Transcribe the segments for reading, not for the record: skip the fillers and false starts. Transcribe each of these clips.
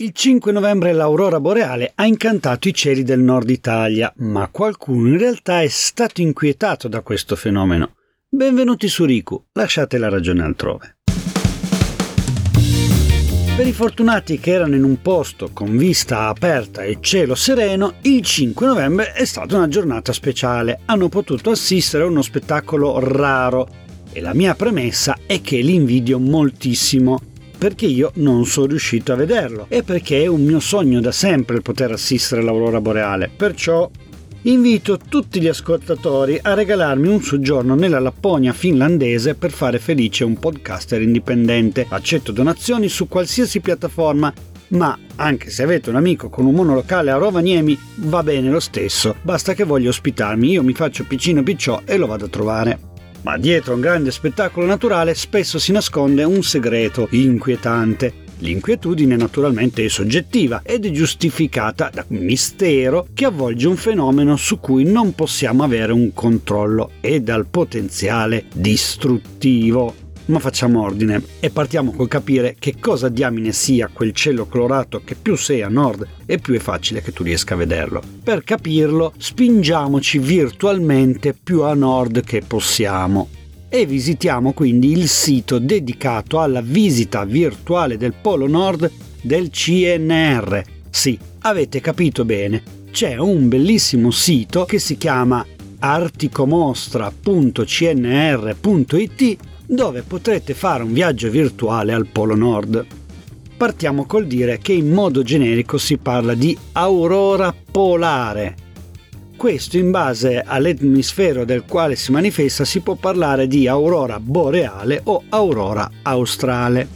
Il 5 novembre l'aurora boreale ha incantato i cieli del nord Italia, ma qualcuno in realtà è stato inquietato da questo fenomeno. Benvenuti su Riku, lasciate la ragione altrove. Per i fortunati che erano in un posto con vista aperta e cielo sereno, il 5 novembre è stata una giornata speciale. Hanno potuto assistere a uno spettacolo raro e la mia premessa è che li invidio moltissimo, perché io non sono riuscito a vederlo e perché è un mio sogno da sempre il poter assistere all'aurora boreale. Perciò invito tutti gli ascoltatori a regalarmi un soggiorno nella Lapponia finlandese per fare felice un podcaster indipendente. Accetto donazioni su qualsiasi piattaforma, ma anche se avete un amico con un monolocale a Rovaniemi va bene lo stesso, basta che voglia ospitarmi, io mi faccio piccino picciò e lo vado a trovare. Ma dietro un grande spettacolo naturale spesso si nasconde un segreto inquietante. L'inquietudine naturalmente è soggettiva ed è giustificata da un mistero che avvolge un fenomeno su cui non possiamo avere un controllo e dal potenziale distruttivo. Ma facciamo ordine e partiamo col capire che cosa diamine sia quel cielo colorato che più sei a nord e più è facile che tu riesca a vederlo. Per capirlo spingiamoci virtualmente più a nord che possiamo e visitiamo quindi il sito dedicato alla visita virtuale del Polo Nord del CNR. Sì, avete capito bene, c'è un bellissimo sito che si chiama articomostra.cnr.it dove potrete fare un viaggio virtuale al Polo Nord. Partiamo col dire che in modo generico si parla di aurora polare. Questo in base all'emisfero del quale si manifesta si può parlare di aurora boreale o aurora australe.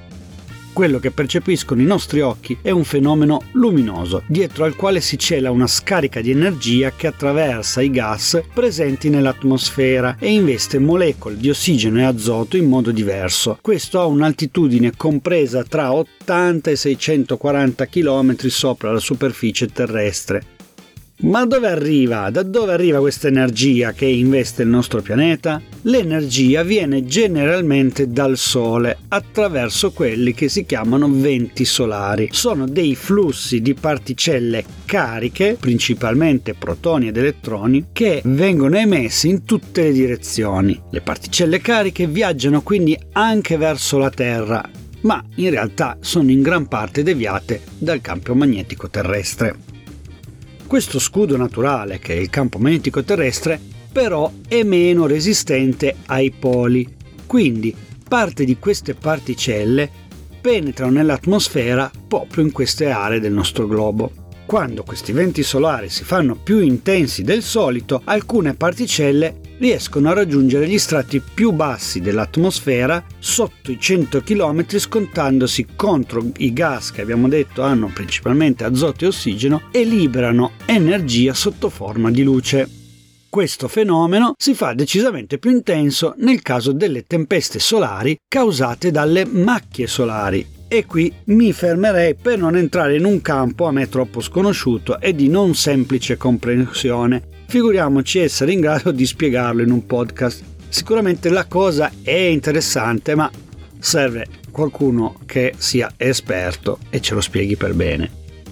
Quello che percepiscono i nostri occhi è un fenomeno luminoso, dietro al quale si cela una scarica di energia che attraversa i gas presenti nell'atmosfera e investe molecole di ossigeno e azoto in modo diverso. Questo ha un'altitudine compresa tra 80 e 640 km sopra la superficie terrestre. Ma dove arriva? Da dove arriva questa energia che investe il nostro pianeta? L'energia viene generalmente dal Sole attraverso quelli che si chiamano venti solari. Sono dei flussi di particelle cariche, principalmente protoni ed elettroni, che vengono emessi in tutte le direzioni. Le particelle cariche viaggiano quindi anche verso la Terra, ma in realtà sono in gran parte deviate dal campo magnetico terrestre. Questo scudo naturale, che è il campo magnetico terrestre, però è meno resistente ai poli, quindi parte di queste particelle penetrano nell'atmosfera proprio in queste aree del nostro globo. Quando questi venti solari si fanno più intensi del solito, alcune particelle riescono a raggiungere gli strati più bassi dell'atmosfera sotto i 100 km, scontandosi contro i gas che abbiamo detto hanno principalmente azoto e ossigeno e liberano energia sotto forma di luce. Questo fenomeno si fa decisamente più intenso nel caso delle tempeste solari causate dalle macchie solari. E qui mi fermerei per non entrare in un campo a me troppo sconosciuto e di non semplice comprensione. Figuriamoci essere in grado di spiegarlo in un podcast. Sicuramente la cosa è interessante, ma serve qualcuno che sia esperto e ce lo spieghi per bene.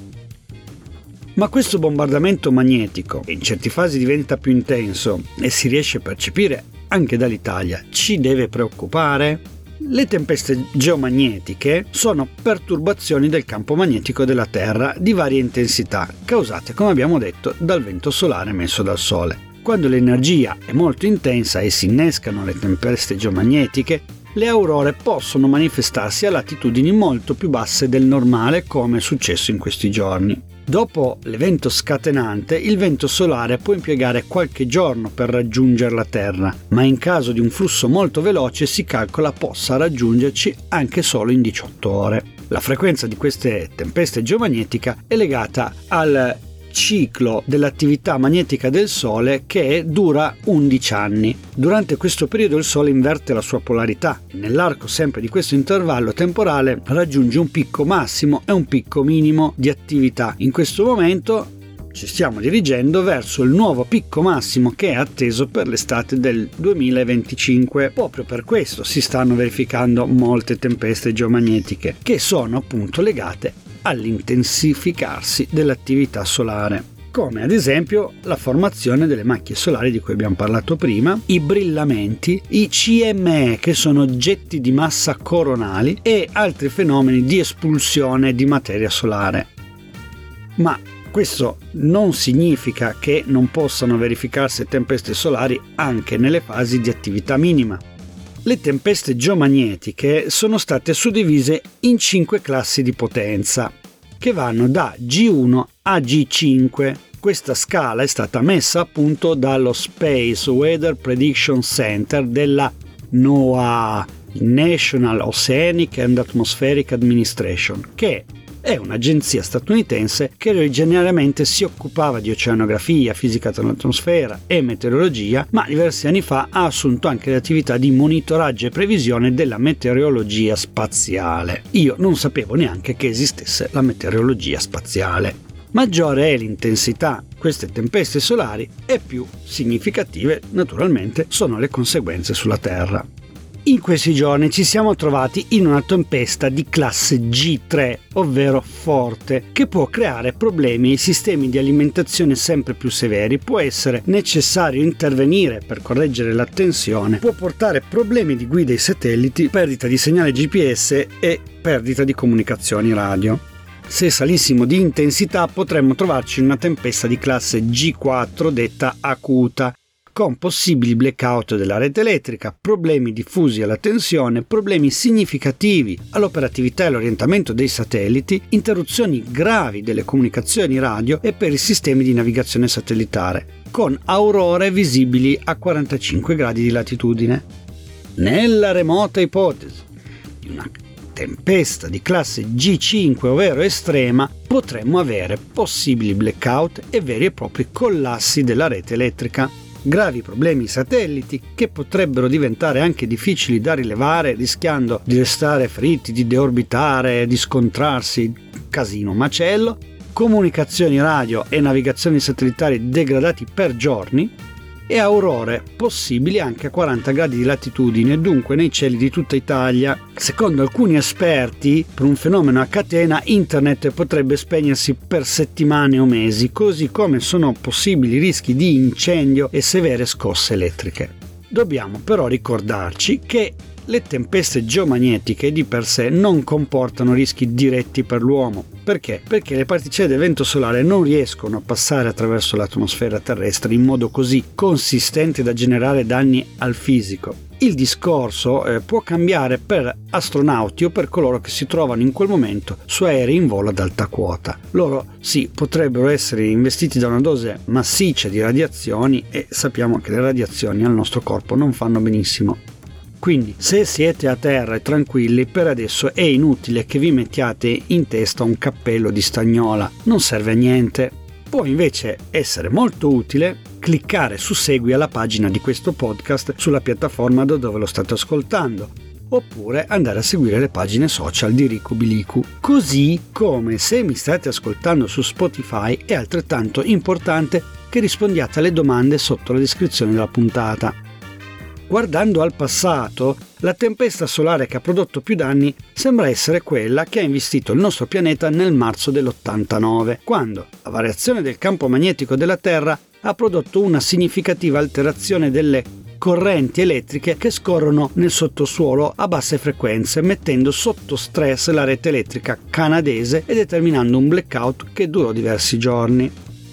Ma questo bombardamento magnetico, che in certe fasi diventa più intenso e si riesce a percepire anche dall'Italia, ci deve preoccupare? Le tempeste geomagnetiche sono perturbazioni del campo magnetico della Terra di varia intensità, causate, come abbiamo detto, dal vento solare emesso dal Sole. Quando l'energia è molto intensa e si innescano le tempeste geomagnetiche, le aurore possono manifestarsi a latitudini molto più basse del normale, come è successo in questi giorni. Dopo l'evento scatenante, il vento solare può impiegare qualche giorno per raggiungere la Terra, ma in caso di un flusso molto veloce si calcola possa raggiungerci anche solo in 18 ore. La frequenza di queste tempeste geomagnetiche è legata al ciclo dell'attività magnetica del Sole, che dura 11 anni. Durante questo periodo il Sole inverte la sua polarità. Nell'arco sempre di questo intervallo temporale raggiunge un picco massimo e un picco minimo di attività. In questo momento ci stiamo dirigendo verso il nuovo picco massimo che è atteso per l'estate del 2025. Proprio per questo si stanno verificando molte tempeste geomagnetiche che sono appunto legate all'intensificarsi dell'attività solare, come ad esempio la formazione delle macchie solari di cui abbiamo parlato prima, i brillamenti, i CME che sono oggetti di massa coronali e altri fenomeni di espulsione di materia solare. Ma questo non significa che non possano verificarsi tempeste solari anche nelle fasi di attività minima. Le tempeste geomagnetiche sono state suddivise in 5 classi di potenza, che vanno da G1 a G5. Questa scala è stata messa a punto dallo Space Weather Prediction Center della NOAA, National Oceanic and Atmospheric Administration, che è un'agenzia statunitense che originariamente si occupava di oceanografia, fisica dell'atmosfera e meteorologia, ma diversi anni fa ha assunto anche le attività di monitoraggio e previsione della meteorologia spaziale. Io non sapevo neanche che esistesse la meteorologia spaziale. Maggiore è l'intensità di queste tempeste solari e più significative, naturalmente, sono le conseguenze sulla Terra. In questi giorni ci siamo trovati in una tempesta di classe G3, ovvero forte, che può creare problemi ai sistemi di alimentazione sempre più severi, può essere necessario intervenire per correggere la tensione, può portare problemi di guida ai satelliti, perdita di segnale GPS e perdita di comunicazioni radio. Se salissimo di intensità potremmo trovarci in una tempesta di classe G4 detta acuta, con possibili blackout della rete elettrica, problemi diffusi alla tensione, problemi significativi all'operatività e all'orientamento dei satelliti, interruzioni gravi delle comunicazioni radio e per i sistemi di navigazione satellitare, con aurore visibili a 45 gradi di latitudine. Nella remota ipotesi di una tempesta di classe G5, ovvero estrema, potremmo avere possibili blackout e veri e propri collassi della rete elettrica. Gravi problemi ai satelliti che potrebbero diventare anche difficili da rilevare, rischiando di restare feriti, di deorbitare, di scontrarsi, casino, macello, comunicazioni radio e navigazioni satellitari degradati per giorni e aurore possibili anche a 40 gradi di latitudine, dunque nei cieli di tutta Italia. Secondo alcuni esperti, per un fenomeno a catena, internet potrebbe spegnersi per settimane o mesi, così come sono possibili rischi di incendio e severe scosse elettriche. Dobbiamo però ricordarci che le tempeste geomagnetiche di per sé non comportano rischi diretti per l'uomo. Perché? Perché le particelle del vento solare non riescono a passare attraverso l'atmosfera terrestre in modo così consistente da generare danni al fisico. Il discorso può cambiare per astronauti o per coloro che si trovano in quel momento su aerei in volo ad alta quota. Loro sì, potrebbero essere investiti da una dose massiccia di radiazioni e sappiamo che le radiazioni al nostro corpo non fanno benissimo. Quindi, se siete a terra e tranquilli, per adesso è inutile che vi mettiate in testa un cappello di stagnola, non serve a niente. Può invece essere molto utile cliccare su segui alla pagina di questo podcast sulla piattaforma da dove lo state ascoltando, oppure andare a seguire le pagine social di Riku Biliku. Così come se mi state ascoltando su Spotify è altrettanto importante che rispondiate alle domande sotto la descrizione della puntata. Guardando al passato, la tempesta solare che ha prodotto più danni sembra essere quella che ha investito il nostro pianeta nel marzo dell'89, quando la variazione del campo magnetico della Terra ha prodotto una significativa alterazione delle correnti elettriche che scorrono nel sottosuolo a basse frequenze, mettendo sotto stress la rete elettrica canadese e determinando un blackout che durò diversi giorni.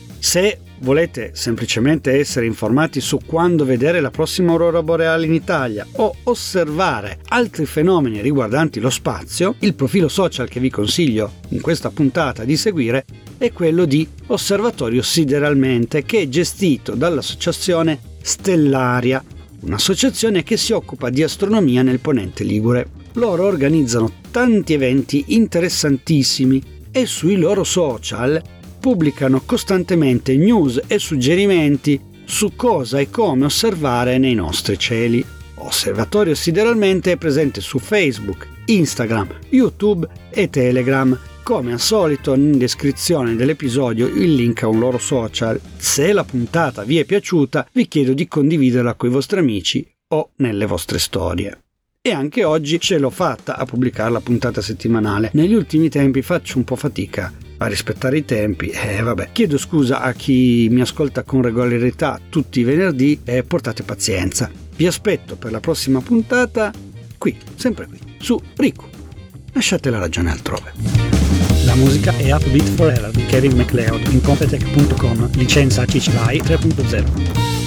Se volete semplicemente essere informati su quando vedere la prossima aurora boreale in Italia o osservare altri fenomeni riguardanti lo spazio, il profilo social che vi consiglio in questa puntata di seguire è quello di Osservatorio Sideralmente, che è gestito dall'associazione Stellaria, un'associazione che si occupa di astronomia nel Ponente Ligure. Loro organizzano tanti eventi interessantissimi e sui loro social pubblicano costantemente news e suggerimenti su cosa e come osservare nei nostri cieli. Osservatorio Sideralmente è presente su Facebook, Instagram, YouTube e Telegram. Come al solito, in descrizione dell'episodio il link a un loro social. Se la puntata vi è piaciuta, vi chiedo di condividerla con i vostri amici o nelle vostre storie. e anche oggi ce l'ho fatta a pubblicare la puntata settimanale. Negli ultimi tempi faccio un po' fatica a rispettare i tempi vabbè, chiedo scusa a chi mi ascolta con regolarità tutti i venerdì e portate pazienza. Vi aspetto per la prossima puntata qui, sempre qui, su Riku. Lasciate la ragione altrove. La musica è Upbeat Forever di Kevin MacLeod in Competech.com, licenza CC BY 3.0.